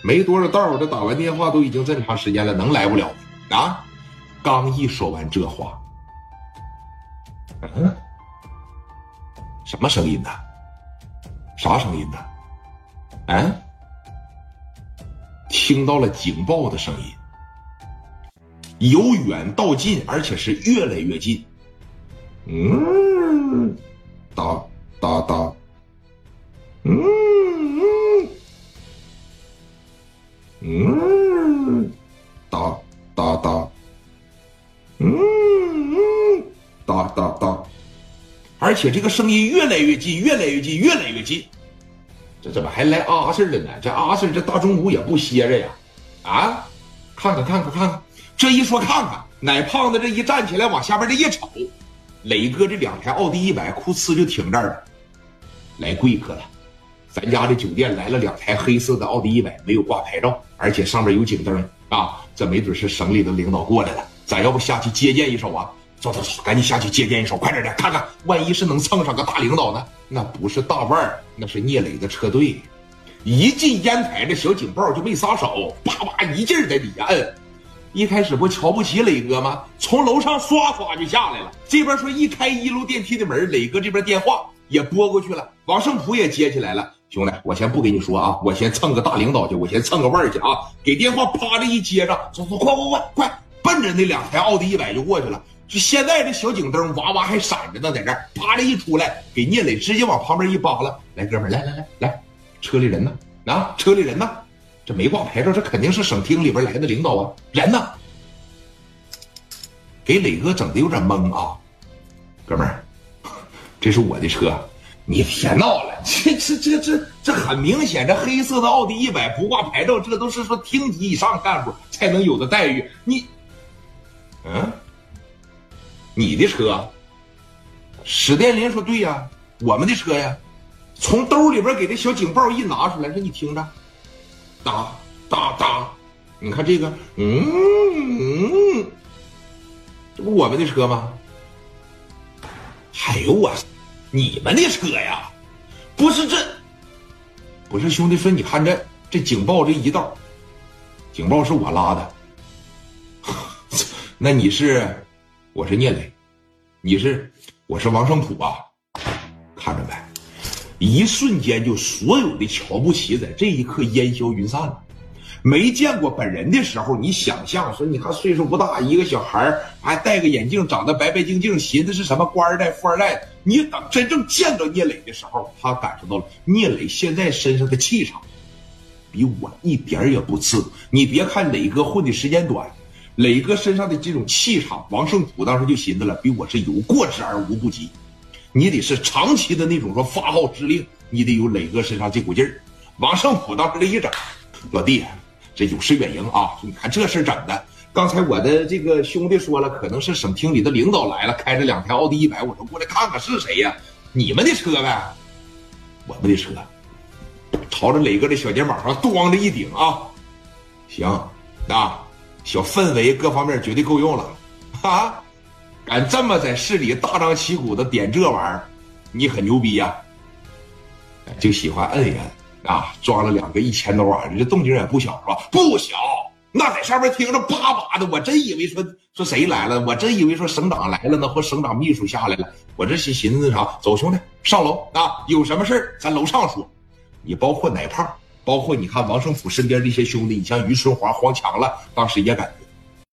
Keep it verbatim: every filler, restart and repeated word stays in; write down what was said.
没多少道，这打完电话都已经这么长时间了，能来不了吗？啊！刚一说完这话，嗯，什么声音呢？啥声音呢？啊！听到了警报的声音，由远到近，而且是越来越近。嗯，哒哒哒，嗯嗯嗯，哒哒哒，嗯嗯，哒哒哒，而且这个声音越来越近，越来越近，越来越近。这怎么还来阿 Sir 了呢？这阿 Sir 这大中午也不歇着呀！啊，看看看看看看，这一说看看，奶胖子这一站起来往下边这一瞅，磊哥这两台奥迪一百库呲就停这儿了。来贵客了，咱家这酒店来了两台黑色的奥迪一百，没有挂牌照，而且上面有警灯啊！这没准是省里的领导过来了，咱要不下去接见一手啊？走走走，赶紧下去接见一手，快点点，看看，万一是能蹭上个大领导呢？那不是大腕儿，那是聂磊的车队。一进烟台，这小警报就没撒手，啪啪一劲儿在底下摁。一开始不瞧不起磊哥吗？从楼上唰唰就下来了。这边说一开一楼电梯的门，磊哥这边电话也拨过去了，王胜普也接起来了。兄弟，我先不跟你说啊，我先蹭个大领导去，我先蹭个腕儿去啊！给电话啪的一接上，走走，快快快快，奔着那两台奥迪一百就过去了。就现在这小警灯哇哇还闪着呢，在这儿啪的一出来，给聂磊直接往旁边一扒拉。来，哥们儿，来来来来，车里人呢？啊，车里人呢？这没挂牌照，这肯定是省厅里边来的领导啊，人呢？给磊哥整的有点懵啊，哥们儿，这是我的车，你别闹了，这这这这这很明显，这黑色的奥迪一百不挂牌照，这都是说厅级以上干部才能有的待遇。你，嗯，你的车？史殿林说对呀，我们的车呀。从兜里边给这小警报一拿出来，说你听着，哒哒哒，你看这个，嗯嗯，这不我们的车吗？哎呦我，你们的车呀？不是这，不是兄弟说，你看这这警报这一道，警报是我拉的，那你是，我是聂磊，你是，我是王胜普啊，看着没？一瞬间就所有的瞧不起在这一刻烟消云散了。没见过本人的时候，你想象说，你看岁数不大，一个小孩还戴个眼镜，长得白白净净，寻思是什么官二代、富二代。你等真正见到聂磊的时候，他感受到了聂磊现在身上的气场，比我一点也不次。你别看磊哥混的时间短，磊哥身上的这种气场，王胜普当时就寻思了，比我是有过之而无不及。你得是长期的那种说发号施令，你得有磊哥身上这股劲儿。王胜普当时这一整，老弟，这有失远迎啊！你看这事整的，刚才我的这个兄弟说了，可能是省厅里的领导来了，开着两台奥迪一百，我说过来看看是谁呀？你们的车呗？我们的车，朝着磊哥的小肩膀上咣着一顶啊！行啊，小氛围各方面绝对够用了啊！敢这么在市里大张旗鼓的点这玩意儿，你很牛逼呀、啊！就喜欢摁一摁啊，装了两个一千多瓦，这动静也不小是吧？不小，那在上面听着叭叭的，我真以为说说谁来了，我真以为说省长来了呢，或省长秘书下来了，我这是寻思啥？走兄弟，上楼啊，有什么事咱楼上说。你包括奶胖，包括你看王胜普身边这些兄弟，你像于春华、黄强了，当时也感觉。